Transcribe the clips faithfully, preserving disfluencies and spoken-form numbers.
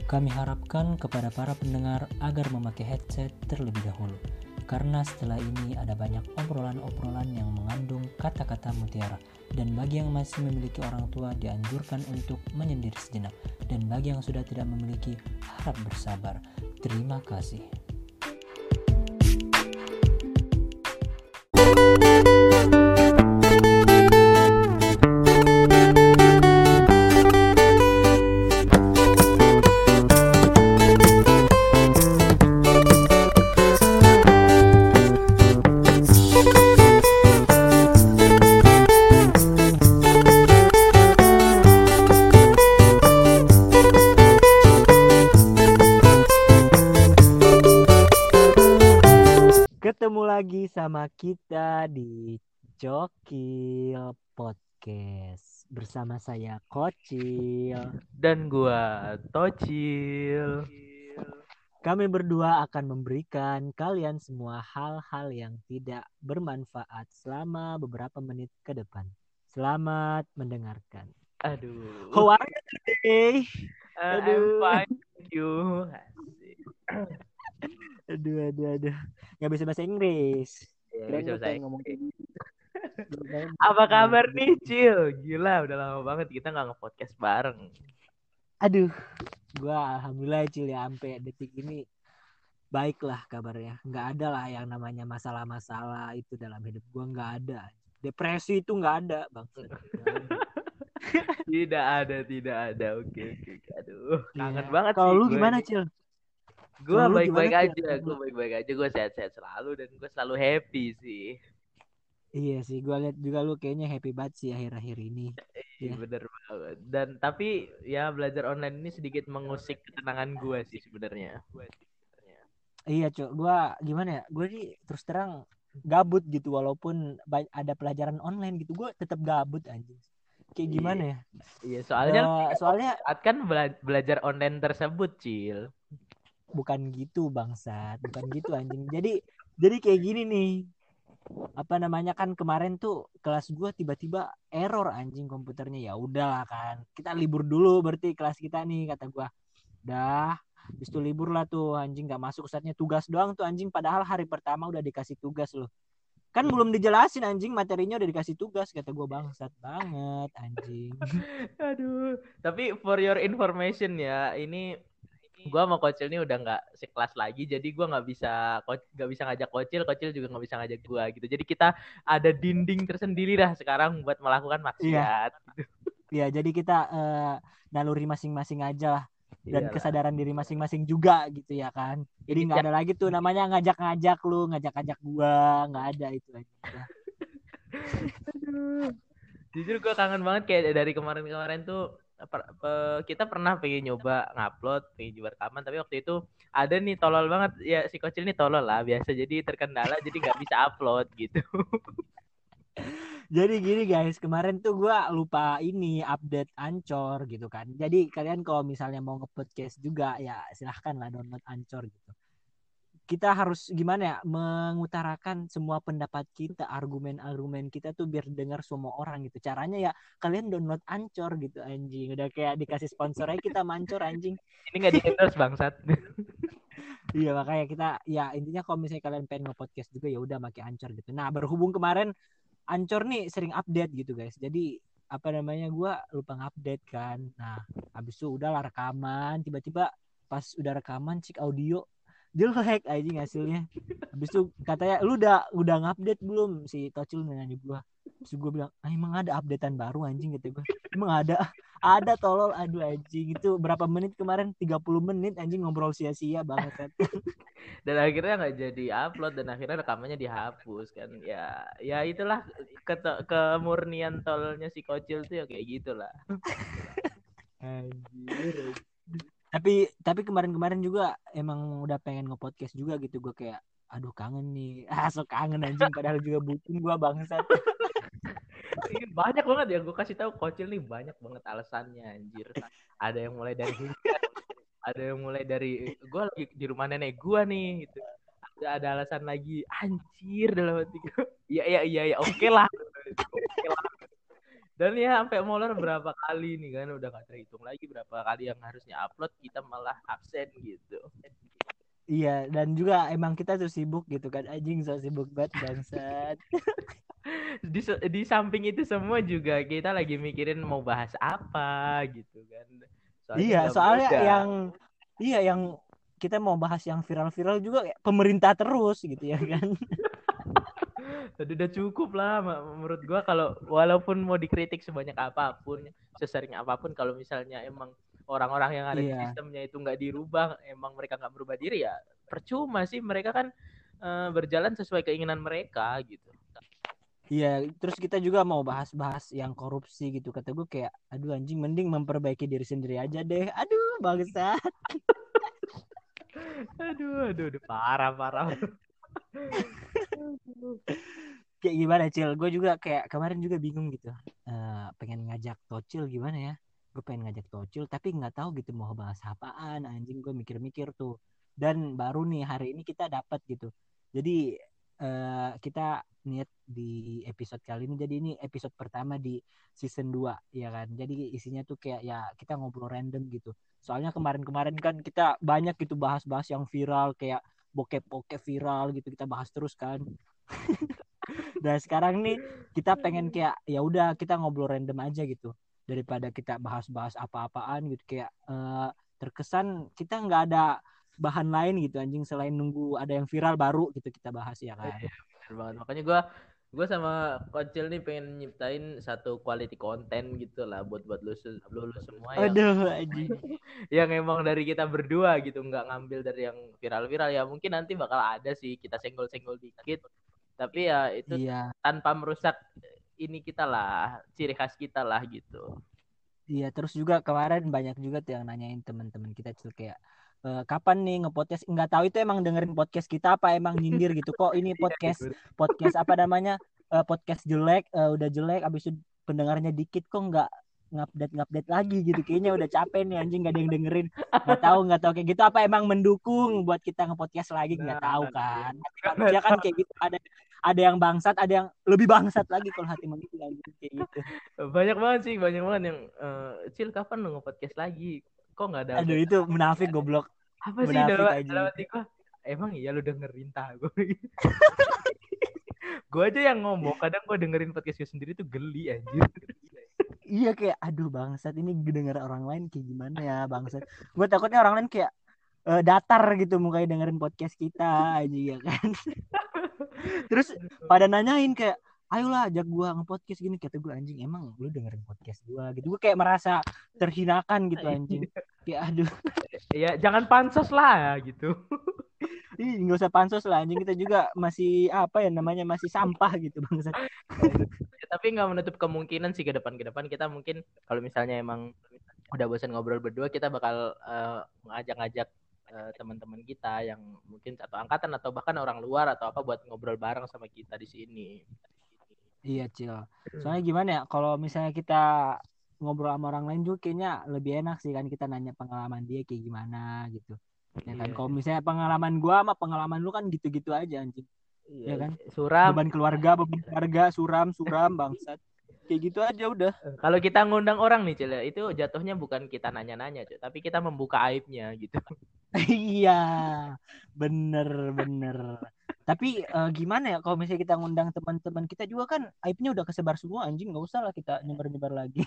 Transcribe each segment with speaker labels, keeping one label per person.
Speaker 1: Kami harapkan kepada para pendengar agar memakai headset terlebih dahulu, karena setelah ini ada banyak obrolan-obrolan yang mengandung kata-kata mutiara. Dan bagi yang masih memiliki orang tua dianjurkan untuk menyendiri sejenak. Dan bagi yang sudah tidak memiliki, harap bersabar. Terima kasih. Ketemu lagi sama kita di Cokil Podcast bersama saya Kocil.
Speaker 2: Dan gua Tocil.
Speaker 1: Kami berdua akan memberikan kalian semua hal-hal yang tidak bermanfaat selama beberapa menit ke depan. Selamat mendengarkan.
Speaker 2: Aduh.
Speaker 1: How are you today?
Speaker 2: Uh, I'm
Speaker 1: Aduh.
Speaker 2: fine, thank you. Asik.
Speaker 1: Aduh, aduh, aduh. Gak bisa bahasa Inggris.
Speaker 2: Ya,
Speaker 1: Keren
Speaker 2: bisa
Speaker 1: lu
Speaker 2: bahasa
Speaker 1: pengen ngomong kayak
Speaker 2: Inggris.
Speaker 1: gitu.
Speaker 2: Apa kabar nih, Cil? Gila, udah lama banget kita nggak nge-podcast bareng.
Speaker 1: Aduh, gua alhamdulillah Cil ya sampai detik ini baiklah kabarnya. Nggak ada lah yang namanya masalah-masalah itu dalam hidup gua, nggak ada. Depresi itu nggak ada, Bang.
Speaker 2: Tidak ada, tidak ada. Oke, oke. Aduh, kangen
Speaker 1: Iya.
Speaker 2: banget
Speaker 1: Kalau
Speaker 2: sih.
Speaker 1: lu
Speaker 2: gue
Speaker 1: gimana,
Speaker 2: ini.
Speaker 1: Cil?
Speaker 2: Gue
Speaker 1: Kalau lu
Speaker 2: baik-baik
Speaker 1: gimana, Cil?
Speaker 2: aja, gue baik-baik aja, gue sehat-sehat selalu dan gue selalu happy sih.
Speaker 1: Iya sih, gua lihat juga lu kayaknya happy banget sih akhir-akhir ini.
Speaker 2: Iya,
Speaker 1: Ya.
Speaker 2: bener banget. Dan tapi ya belajar online ini sedikit mengusik ketenangan gue sih sebenarnya.
Speaker 1: Iya, Cok. Gua gimana ya? Gua sih terus terang gabut gitu walaupun ba- ada pelajaran online gitu. Gua tetap gabut anjing. Kayak
Speaker 2: Iya.
Speaker 1: gimana ya?
Speaker 2: Iya, soalnya
Speaker 1: Uh, soalnya
Speaker 2: kan bela- belajar online tersebut, Cil.
Speaker 1: bukan gitu bangsat, bukan gitu anjing. Jadi jadi kayak gini nih. Apa namanya kan kemarin tuh kelas gua tiba-tiba error anjing komputernya. Ya udahlah kan. Kita libur dulu berarti kelas kita nih kata gua. Dah, habis itu libur lah tuh anjing gak masuk ustadznya tugas doang tuh anjing padahal hari pertama udah dikasih tugas loh. Kan belum dijelasin anjing materinya udah dikasih tugas kata gua bangsat banget anjing.
Speaker 2: Aduh, tapi for your information ya, ini gua sama Kocil ini udah nggak sekelas lagi, jadi gua nggak bisa nggak bisa ngajak Kocil, Kocil juga nggak bisa ngajak gua gitu. Jadi kita ada dinding tersendiri lah sekarang buat melakukan
Speaker 1: Iya.
Speaker 2: maksiat.
Speaker 1: Iya, jadi kita uh, naluri masing-masing aja lah dan
Speaker 2: Iyalah.
Speaker 1: kesadaran diri masing-masing juga gitu ya kan. Jadi nggak ada lagi tuh namanya ngajak-ngajak lu, ngajak-ngajak gua, nggak ada itu aja.
Speaker 2: Aduh. Jujur gue kangen banget kayak dari kemarin-kemarin tuh per, pe, kita pernah pengen nyoba ngupload, pengen nyoba rekaman, tapi waktu itu ada nih tolol banget ya, si Kocil nih tolol lah biasa, jadi terkendala jadi nggak bisa upload gitu.
Speaker 1: Jadi gini guys, kemarin tuh gue lupa ini update Anchor gitu kan. Jadi kalian kalau misalnya mau nge-podcast juga ya silahkan lah download Anchor gitu. Kita harus gimana ya mengutarakan semua pendapat kita, argumen-argumen kita tuh biar dengar semua orang gitu. Caranya ya kalian download Anchor gitu anjing. Udah kayak dikasih sponsornya kita Anchor anjing.
Speaker 2: Ini nggak di-endorse bangsat.
Speaker 1: Iya makanya kita ya intinya kalau misalnya kalian pengen nge-podcast juga ya udah pakai Anchor gitu. Nah, berhubung kemarin Anchor nih sering update gitu guys. Jadi apa namanya gue lupa ngupdate kan. Nah habis itu udahlah rekaman. Tiba-tiba pas udah rekaman cek audio jelek anjing hasilnya. Habis itu katanya lu udah udah ngupdate belum si Tocil nanya gue. Terus gue bilang ah, emang ada updatean baru anjing gitu gue. Emang ada ada tolol aduh anjing itu berapa menit kemarin tiga puluh menit anjing ngobrol sia-sia banget kan.
Speaker 2: Dan akhirnya nggak jadi upload dan akhirnya rekamannya dihapus kan. Ya ya itulah ke- kemurnian tololnya si Kocil tuh ya kayak gitulah.
Speaker 1: Anjir. Tapi tapi kemarin-kemarin juga emang udah pengen nge-podcast juga gitu gue kayak aduh kangen nih. Ah so kangen anjing padahal juga bucin gue bangsat.
Speaker 2: Banyak banget ya gue kasih tahu Kocil nih banyak banget alasannya anjir. Ada yang mulai dari hujan, ada yang mulai dari gue lagi di rumah nenek gue nih gitu. Ada ada alasan lagi anjir dalam hati gue. Iya iya iya ya, oke lah. Oke lah. Dan ya sampai molor berapa kali nih kan, udah gak terhitung lagi berapa kali yang harusnya upload kita malah absen gitu.
Speaker 1: Iya, dan juga emang kita tuh sibuk gitu kan, anjing so sibuk banget bangsat.
Speaker 2: Di, di samping itu semua juga kita lagi mikirin mau bahas apa gitu kan. Soalnya
Speaker 1: Iya,
Speaker 2: nggak
Speaker 1: soalnya
Speaker 2: mudah.
Speaker 1: yang iya yang kita mau bahas yang viral-viral juga kayak pemerintah terus gitu ya kan.
Speaker 2: Tadi udah cukup lah menurut gua, kalau walaupun mau dikritik sebanyak apapun, sesering apapun, kalau misalnya emang orang-orang yang ada di
Speaker 1: Iya.
Speaker 2: sistemnya itu nggak dirubah, emang mereka nggak berubah diri, ya percuma sih, mereka kan uh, berjalan sesuai keinginan mereka gitu.
Speaker 1: Iya, terus kita juga mau bahas-bahas yang korupsi gitu. Kata gue kayak, aduh anjing mending memperbaiki diri sendiri aja deh. Aduh, bangsat.
Speaker 2: aduh, aduh, aduh, parah, parah.
Speaker 1: Kayak gimana, Cil? Gue juga kayak kemarin juga bingung gitu. Eh, pengen ngajak Tocil gimana ya? Gue pengen ngajak Tocil, tapi nggak tahu gitu mau bahas apaan. Anjing gue mikir-mikir tuh. Dan baru nih hari ini kita dapat gitu. Jadi eh, kita niat di episode kali ini. Jadi ini episode pertama di season dua ya kan. Jadi isinya tuh kayak ya kita ngobrol random gitu. Soalnya kemarin-kemarin kan kita banyak gitu bahas-bahas yang viral kayak bokep-bokep viral gitu kita bahas terus kan. Dan sekarang nih kita pengen kayak ya udah kita ngobrol random aja gitu daripada kita bahas-bahas apa-apaan gitu kayak eh, terkesan kita nggak ada bahan lain gitu anjing selain nunggu ada yang viral baru gitu kita bahas ya kan.
Speaker 2: Iya, bener banget. Makanya gue gue sama Kocil nih pengen nyiptain satu quality content gitu lah buat buat lu, lu, lu semua yang
Speaker 1: Aduh anjing.
Speaker 2: yang emang dari kita berdua gitu, nggak ngambil dari yang viral-viral. Ya mungkin nanti bakal ada sih kita senggol-senggol dikit, tapi ya itu
Speaker 1: Iya.
Speaker 2: tanpa merusak ini kita lah, ciri khas kita lah gitu.
Speaker 1: Iya, terus juga kemarin banyak juga tuh yang nanyain teman-teman kita tuh kayak e, kapan nih ngepodcast? Nggak tahu itu emang dengerin podcast kita apa emang nyindir gitu. Kok ini
Speaker 2: Iya
Speaker 1: podcast
Speaker 2: gitu.
Speaker 1: podcast apa namanya? Eh, podcast jelek, eh, udah jelek abis itu pendengarnya dikit kok nggak ngupdate ngupdate lagi gitu. Kayaknya udah capek nih anjing nggak ada yang dengerin. Nggak tahu, nggak tahu kayak gitu apa emang mendukung buat kita ngepodcast lagi nggak
Speaker 2: Nah,
Speaker 1: tahu
Speaker 2: ya.
Speaker 1: kan. Hati manusia kan kayak gitu ada ada yang bangsat, ada yang lebih bangsat lagi kalau hati manusia anjing, kayak gitu.
Speaker 2: Banyak banget sih, banyak banget yang uh, Cil kapan lu nge-podcast lagi? Kok nggak ada
Speaker 1: Aduh
Speaker 2: update?
Speaker 1: itu munafik goblok.
Speaker 2: Apa sih dalam,
Speaker 1: Munafik
Speaker 2: dalam
Speaker 1: aja.
Speaker 2: hati gua? Emang iya lu dengerin tahu? Gue aja yang ngomong, kadang gue dengerin podcast gue sendiri tuh geli anjir.
Speaker 1: Iya kayak aduh bangsat ini denger orang lain kayak gimana ya bangsat. Gue takutnya orang lain kayak eh, datar gitu mukanya dengerin podcast kita aja ya kan. Terus pada nanyain kayak ayolah ajak gua nge-podcast gini, kata gue anjing emang lu dengerin podcast gua gitu. Gue kayak merasa terhinakan gitu anjing. Kayak aduh.
Speaker 2: Ya jangan pansos lah gitu.
Speaker 1: Ih, nggak usah pansos lah anjing, kita juga masih apa ya namanya masih sampah gitu bangsat.
Speaker 2: Ya, tapi nggak menutup kemungkinan sih ke depan ke depan kita mungkin kalau misalnya emang udah bosan ngobrol berdua, kita bakal uh, ngajak-ngajak uh, teman-teman kita yang mungkin satu angkatan atau bahkan orang luar atau apa buat ngobrol bareng sama kita di sini.
Speaker 1: Iya Cil. Soalnya gimana ya kalau misalnya kita ngobrol sama orang lain juga kayaknya lebih enak sih kan kita nanya pengalaman dia kayak gimana gitu. Ya kan
Speaker 2: Iya,
Speaker 1: kalau misalnya pengalaman gua sama pengalaman lu kan gitu-gitu aja anjing.
Speaker 2: iya,
Speaker 1: Ya kan?
Speaker 2: suram.
Speaker 1: Beban keluarga, beban keluarga, suram, suram bangsat. Kayak gitu aja udah.
Speaker 2: Kalau kita ngundang orang nih, Cil, itu jatuhnya bukan kita nanya-nanya, Cil, tapi kita membuka aibnya gitu.
Speaker 1: Iya. Bener, bener. Tapi eh, gimana ya kalau misalnya kita ngundang teman-teman kita juga kan aibnya udah kesebar semua anjing, nggak usah lah kita nyebar-nyebar lagi.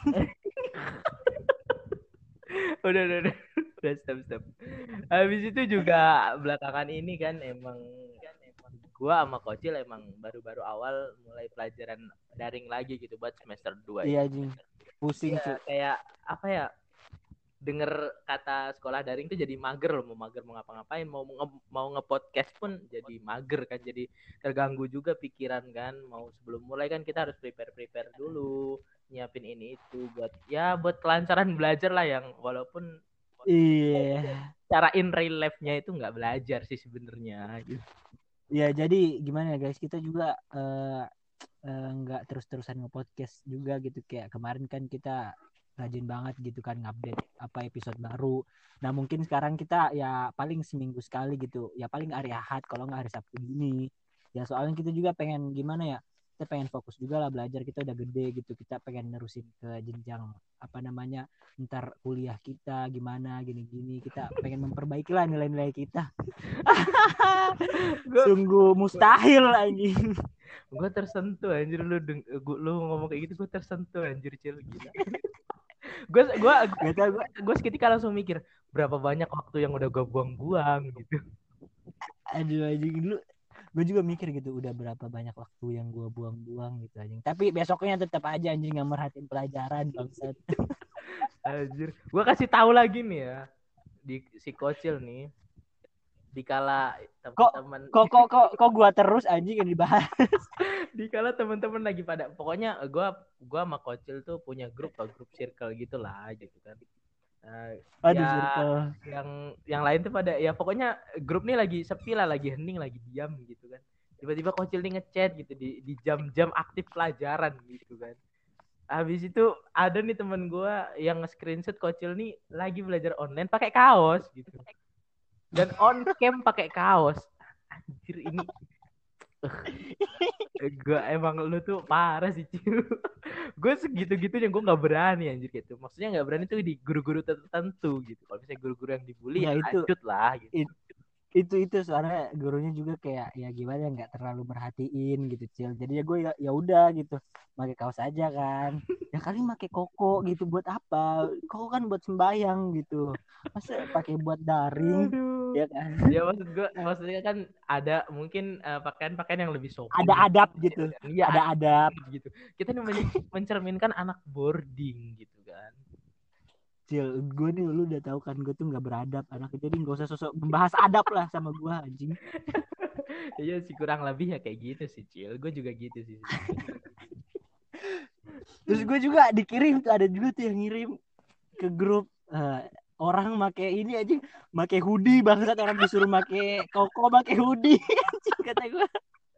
Speaker 2: udah, udah, udah, udah, stop, stop. Habis itu juga belakangan ini kan emang gua sama Kocil emang baru-baru awal mulai pelajaran daring lagi gitu buat semester dua
Speaker 1: Iya
Speaker 2: ini.
Speaker 1: anjing. Pusing
Speaker 2: Iya,
Speaker 1: cuy.
Speaker 2: kayak apa ya? Denger kata sekolah daring tuh jadi mager loh, mau mager mau ngapa-ngapain, mau nge mau nge-podcast pun jadi mager kan, jadi terganggu juga pikiran kan. Mau sebelum mulai kan kita harus prepare-prepare dulu, nyiapin ini itu buat ya buat kelancaran belajar lah, yang walaupun
Speaker 1: Iya.
Speaker 2: cara in real life-nya itu nggak belajar sih sebenarnya gitu.
Speaker 1: Ya jadi gimana ya guys, kita juga eh, eh, nggak terus-terusan nge-podcast juga gitu. Kayak kemarin kan kita rajin banget gitu kan ngupdate apa episode baru. Nah mungkin sekarang kita ya paling seminggu sekali gitu. Ya paling hari Ahad kalau nggak hari Sabtu gini. Ya soalnya kita juga pengen gimana ya, kita pengen fokus juga lah belajar, kita udah gede gitu, kita pengen nerusin ke jenjang apa namanya ntar kuliah kita gimana gini-gini, kita pengen memperbaiki lah nilai-nilai kita.
Speaker 2: Gua,
Speaker 1: Sungguh mustahil anjing.
Speaker 2: gue tersentuh anjir lu deng, gua, lu ngomong kayak gitu gue tersentuh anjir Cil, gila. Gue gue gue gue seketika langsung mikir berapa banyak waktu yang udah gue buang-buang gitu.
Speaker 1: Aduh anjing, dulu gue juga mikir gitu udah berapa banyak waktu yang gue buang-buang gitu anjing, tapi besoknya tetap aja anjing nggak merhatiin pelajaran bangsat.
Speaker 2: Anjir, gue kasih tahu lagi nih ya di si Kocil nih, dikala teman-teman
Speaker 1: kok kok kok kok gue terus anjing yang dibahas.
Speaker 2: Dikala teman-teman lagi pada, pokoknya gue gue sama Kocil tuh punya grup atau grup circle gitulah gitu kan. Uh,
Speaker 1: Aduh,
Speaker 2: ya
Speaker 1: circle.
Speaker 2: yang yang lain tuh pada ya pokoknya grup nih lagi sepi lah, lagi hening, lagi diam gitu kan. Tiba-tiba Kocil nih ngechat gitu di di jam-jam aktif pelajaran gitu kan. Habis itu ada nih teman gue yang nge-screenshot Kocil nih lagi belajar online pakai kaos gitu. Dan on cam pakai kaos. Anjir ini gue emang lu tuh parah sih Cil. Gue segitu-gitunya gue nggak berani anjir gitu. Maksudnya nggak berani tuh di guru-guru tertentu gitu. Kalau misalnya guru-guru yang dibully ya, ya itu, lanjut lah gitu.
Speaker 1: It, itu itu soalnya gurunya juga kayak ya gimana nggak terlalu merhatiin gitu Cil. Jadi ya gue ya ya udah gitu pakai kaos aja kan. Ya kali pakai koko gitu buat apa? Koko kan buat sembayang gitu. Masa pakai buat daring?
Speaker 2: Aduh.
Speaker 1: Ya kan?
Speaker 2: Ya maksud gue maksudnya kan ada mungkin uh, pakaian-pakaian yang lebih sopan.
Speaker 1: Ada adab gitu.
Speaker 2: Ya,
Speaker 1: ada adab
Speaker 2: gitu. Kita nih mencerminkan anak boarding gitu kan.
Speaker 1: Cil, gue nih lu udah tahu kan gue tuh nggak beradab anak, jadi nggak usah sosok membahas adab lah sama gue anjing.
Speaker 2: Iya sih kurang lebih ya kayak gitu sih Cil, gue juga gitu sih.
Speaker 1: Terus gue juga dikirim tuh, ada juga tuh yang ngirim ke grup uh, orang make ini aja, make hoodie bangsat, orang disuruh make koko make hoodie anjing kata gue.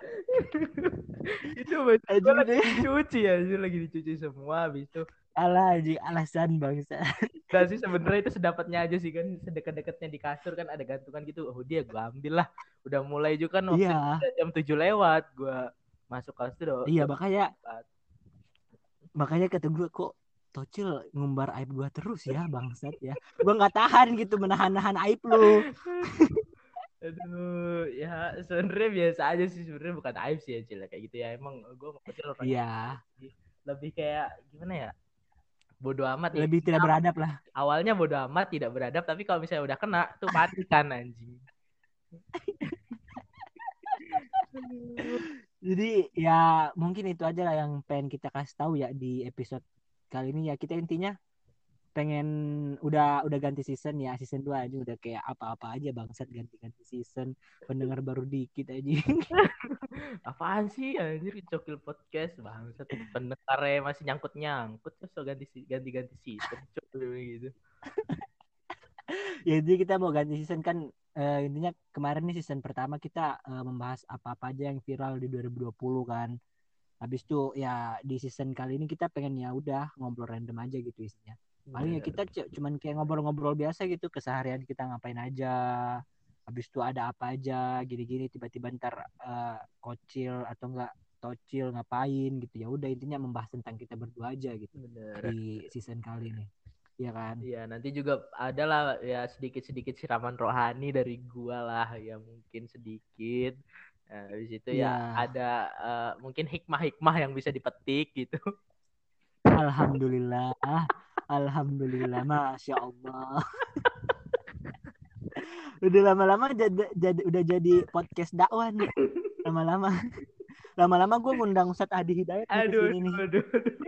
Speaker 2: Itu gue lagi dicuci ya, lagi dicuci semua habis itu.
Speaker 1: Alah anjing, alasan bangsa.
Speaker 2: Gak sih sebenarnya itu sedapatnya aja sih kan, sedekat-dekatnya di kasur kan ada gantungan gitu. Oh dia gue ambil lah. Udah mulai juga kan waktu
Speaker 1: iya.
Speaker 2: jam tujuh lewat gue masuk kelas itu udah.
Speaker 1: Iya makanya lewat. Makanya kata gue kok Tocil ngumbar aib gue terus ya bangsat ya. Gue nggak tahan gitu menahan-nahan aib lu.
Speaker 2: Aduh, ya sebenarnya biasa aja sih, sebenarnya bukan aib sih ya Cil kayak gitu ya. Emang gue mau kecil orang
Speaker 1: iya.
Speaker 2: Lebih kayak gimana ya? Bodoh amat
Speaker 1: ya. Lebih tidak beradab lah.
Speaker 2: Awalnya bodoh amat, tidak beradab, tapi kalau misalnya udah kena tuh panik kan anjing.
Speaker 1: Jadi ya mungkin itu aja lah yang pengen kita kasih tahu ya di episode kali ini ya. Kita intinya pengen udah udah ganti season ya, season dua aja udah kayak apa-apa aja bangsat, ganti-ganti season, pendengar baru dikit aja.
Speaker 2: Apaan sih anjir Cokil Podcast bangsat, pendengarnya masih nyangkut-nyangkut terus so ganti ganti-ganti season gitu.
Speaker 1: Ya jadi kita mau ganti season kan, uh, intinya kemarin nih season pertama kita uh, membahas apa-apa aja yang viral di dua ribu dua puluh kan. Habis itu ya di season kali ini kita pengen ya udah ngobrol random aja gitu isinya. Paling ya kita c- cuman kayak ngobrol-ngobrol biasa gitu, keseharian kita ngapain aja, habis itu ada apa aja gini-gini, tiba-tiba ntar uh, Kocil atau enggak Tocil ngapain gitu, ya udah intinya membahas tentang kita berdua aja gitu. Bener. Di season kali ini ya kan.
Speaker 2: Iya nanti juga ada lah ya sedikit-sedikit siraman rohani dari gua lah ya, mungkin sedikit. Nah, habis itu ya, ya ada uh, mungkin hikmah-hikmah yang bisa dipetik gitu.
Speaker 1: Alhamdulillah. Alhamdulillah, masya Allah. Udah lama-lama jadi, jadi udah jadi podcast dakwah nih. Lama-lama, lama-lama gue ngundang Ustadz Adi Hidayat nih
Speaker 2: aduh,
Speaker 1: kesini nih.
Speaker 2: Aduh,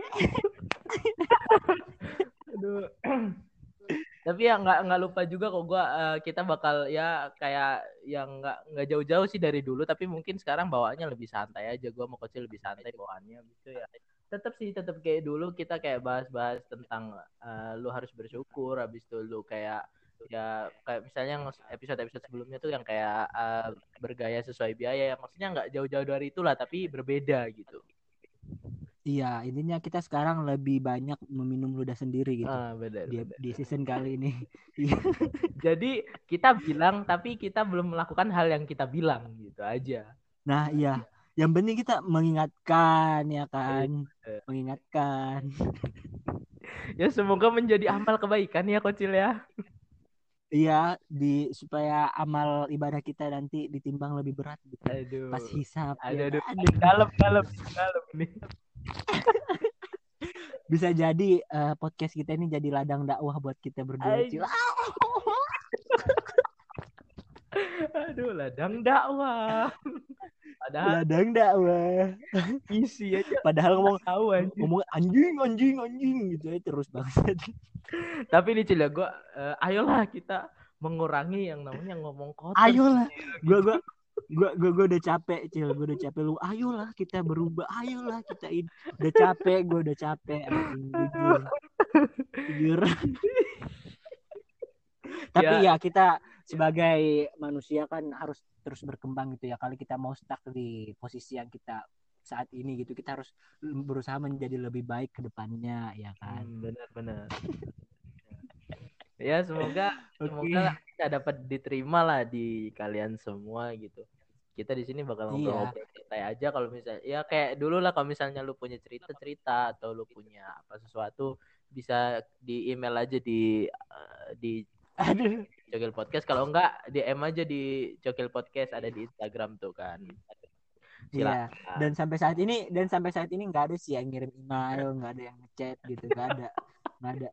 Speaker 2: aduh. Tapi ya nggak nggak lupa juga kok gue uh, kita bakal ya kayak yang nggak nggak jauh-jauh sih dari dulu, tapi mungkin sekarang bawaannya lebih santai aja. Gue mau kecil lebih santai bawaannya gitu ya. Tetap sih tetap kayak dulu kita kayak bahas-bahas tentang uh, lu harus bersyukur, habis itu lu kayak ya kayak misalnya episode-episode sebelumnya tuh yang kayak uh, bergaya sesuai biaya ya, maksudnya nggak jauh-jauh dari itulah tapi berbeda gitu.
Speaker 1: Iya, intinya kita sekarang lebih banyak meminum ludah sendiri gitu.
Speaker 2: Ah, benar,
Speaker 1: di,
Speaker 2: benar.
Speaker 1: di season kali ini.
Speaker 2: Jadi kita bilang tapi kita belum melakukan hal yang kita bilang gitu aja.
Speaker 1: Nah iya, Yang penting kita mengingatkan ya kan,
Speaker 2: Eh,
Speaker 1: mengingatkan.
Speaker 2: Ya semoga menjadi amal kebaikan ya Kocil ya.
Speaker 1: Iya, di supaya amal ibadah kita nanti ditimbang lebih berat gitu. Pas
Speaker 2: Aduh.
Speaker 1: hisap ya
Speaker 2: Aduh, aduh.
Speaker 1: kan. Aduh.
Speaker 2: Dalam, dalam, dalam nih.
Speaker 1: Bisa jadi eh, podcast kita ini jadi ladang dakwah buat kita berdua, Cil.
Speaker 2: Ay, aduh, ladang dakwah. Padahal
Speaker 1: Ladang dakwah.
Speaker 2: isi aja
Speaker 1: Padahal ngomong
Speaker 2: tahu aja.
Speaker 1: ngomong anjing anjing anjing gitu ya terus banget.
Speaker 2: Tapi nih Cil ya, gue, uh, ayolah kita mengurangi yang namanya ngomong kotor.
Speaker 1: Ayolah, gua
Speaker 2: Gitu.
Speaker 1: gua gua gua, gua udah capek, Cil. Gua udah capek lu. Ayolah kita berubah. Ayolah kita ini. Udah capek, gua udah capek anjing jujur. Jujur. Tapi
Speaker 2: Ya,
Speaker 1: ya kita sebagai manusia kan harus terus berkembang gitu ya. Kalau kita mau stuck di posisi yang kita saat ini gitu, kita harus berusaha menjadi lebih baik ke depannya ya kan.
Speaker 2: hmm, benar-benar. Ya semoga semoga
Speaker 1: Oke.
Speaker 2: lah kita dapat diterima lah di kalian semua gitu. Kita di sini bakal
Speaker 1: Iya.
Speaker 2: ngobrol-ngobrol santai aja kalau misalnya ya kayak dulu lah kalau misalnya lu punya cerita-cerita atau lu punya apa sesuatu bisa di email aja di eh, di
Speaker 1: Aduh.
Speaker 2: Cokil Podcast. Kalau enggak D M aja di Cokil Podcast ada di Instagram tuh kan.
Speaker 1: Iya.
Speaker 2: Silakan.
Speaker 1: Dan sampai saat ini dan sampai saat ini nggak ada sih yang ngirim email, nggak ada yang ngechat gitu, nggak ada, nggak ada.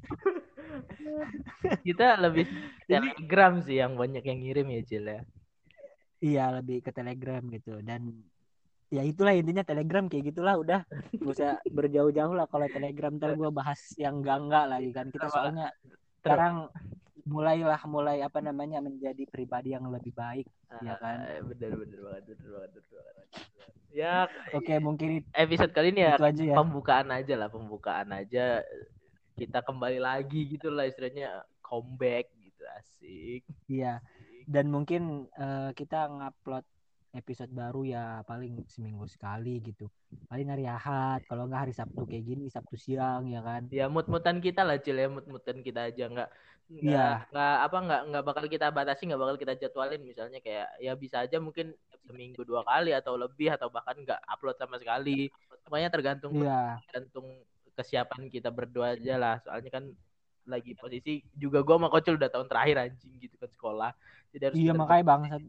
Speaker 2: Kita lebih
Speaker 1: Jadi
Speaker 2: Telegram sih yang banyak yang ngirim ya Cil ya.
Speaker 1: iya lebih ke Telegram gitu dan ya itulah intinya Telegram kayak gitulah udah nggak usah berjauh-jauh lah kalau Telegram ntar gue bahas yang enggak enggak lagi kan kita
Speaker 2: Terus,
Speaker 1: soalnya
Speaker 2: terus
Speaker 1: sekarang mulailah mulai apa namanya menjadi pribadi yang lebih baik ya kan.
Speaker 2: uh, bener bener banget bener banget bener banget. Ya
Speaker 1: Oke mungkin
Speaker 2: episode kali ini ya
Speaker 1: itu aja ya.
Speaker 2: pembukaan aja lah pembukaan aja kita kembali lagi gitu lah istilahnya comeback gitu asik.
Speaker 1: Iya dan mungkin uh, kita ngupload episode baru ya paling seminggu sekali gitu paling hari Ahad kalau nggak hari Sabtu kayak gini Sabtu siang ya kan.
Speaker 2: Ya mut-mutan kita lah Cil ya mut-mutan kita aja nggak nggak
Speaker 1: Iya.
Speaker 2: nggak apa nggak nggak bakal kita batasi nggak bakal kita jadwalin misalnya kayak ya bisa aja mungkin seminggu dua kali atau lebih atau bahkan nggak upload sama sekali pokoknya tergantung
Speaker 1: Iya.
Speaker 2: tergantung kesiapan kita berdua aja lah soalnya kan lagi posisi juga gue sama Kocil udah tahun terakhir anjing gitu kan sekolah jadi harus
Speaker 1: Iya
Speaker 2: bener-bener
Speaker 1: makanya bangsat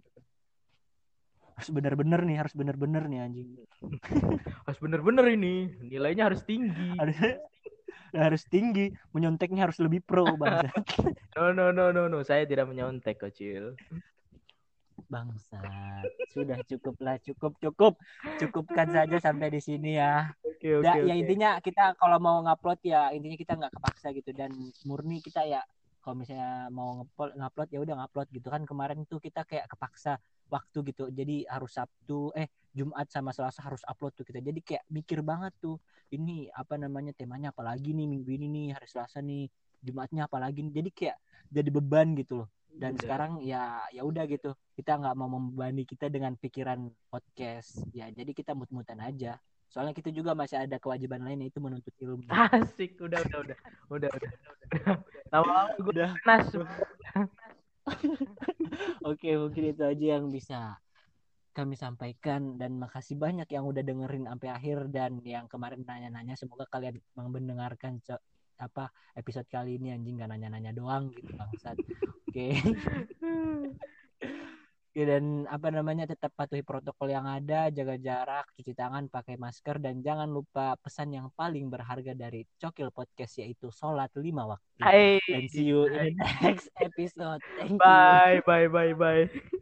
Speaker 1: harus bener-bener nih harus bener-bener nih anjing
Speaker 2: harus bener-bener ini nilainya harus tinggi
Speaker 1: harus harus tinggi menyonteknya harus lebih pro bangsat.
Speaker 2: no no no no no saya tidak menyontek Kocil.
Speaker 1: Bangsat sudah cukup lah cukup cukup cukupkan saja sampai di sini ya.
Speaker 2: Oke oke
Speaker 1: Da, ya
Speaker 2: oke.
Speaker 1: intinya kita kalau mau ngupload ya intinya kita nggak kepaksa gitu dan murni kita ya kalau misalnya mau ngupload ngupload ya udah ngupload gitu kan kemarin tuh kita kayak kepaksa waktu gitu jadi harus Sabtu eh Jumat sama Selasa harus upload tuh kita jadi kayak mikir banget tuh ini apa namanya temanya apalagi nih minggu ini nih hari Selasa nih Jumatnya apalagi nih jadi kayak jadi beban gitu loh dan
Speaker 2: Bener.
Speaker 1: sekarang ya ya udah gitu kita nggak mau membebani kita dengan pikiran podcast ya jadi kita mut-mutan aja soalnya kita juga masih ada kewajiban lain yaitu menuntut ilmu.
Speaker 2: Asik, udah udah udah. Udah udah. Lama-lama gue
Speaker 1: Udah.
Speaker 2: panas.
Speaker 1: Oke, mungkin itu aja yang bisa kami sampaikan dan makasih banyak yang udah dengerin sampai akhir dan yang kemarin nanya-nanya semoga kalian mendengarkan co- apa episode kali ini anjing gak nanya-nanya doang gitu bangsat. Oke. Oke, dan apa namanya tetap patuhi protokol yang ada, jaga jarak, cuci tangan, pakai masker dan jangan lupa pesan yang paling berharga dari Cokil Podcast yaitu sholat lima waktu.
Speaker 2: Hai.
Speaker 1: And see you in the next episode. Thank you.
Speaker 2: Bye bye bye bye.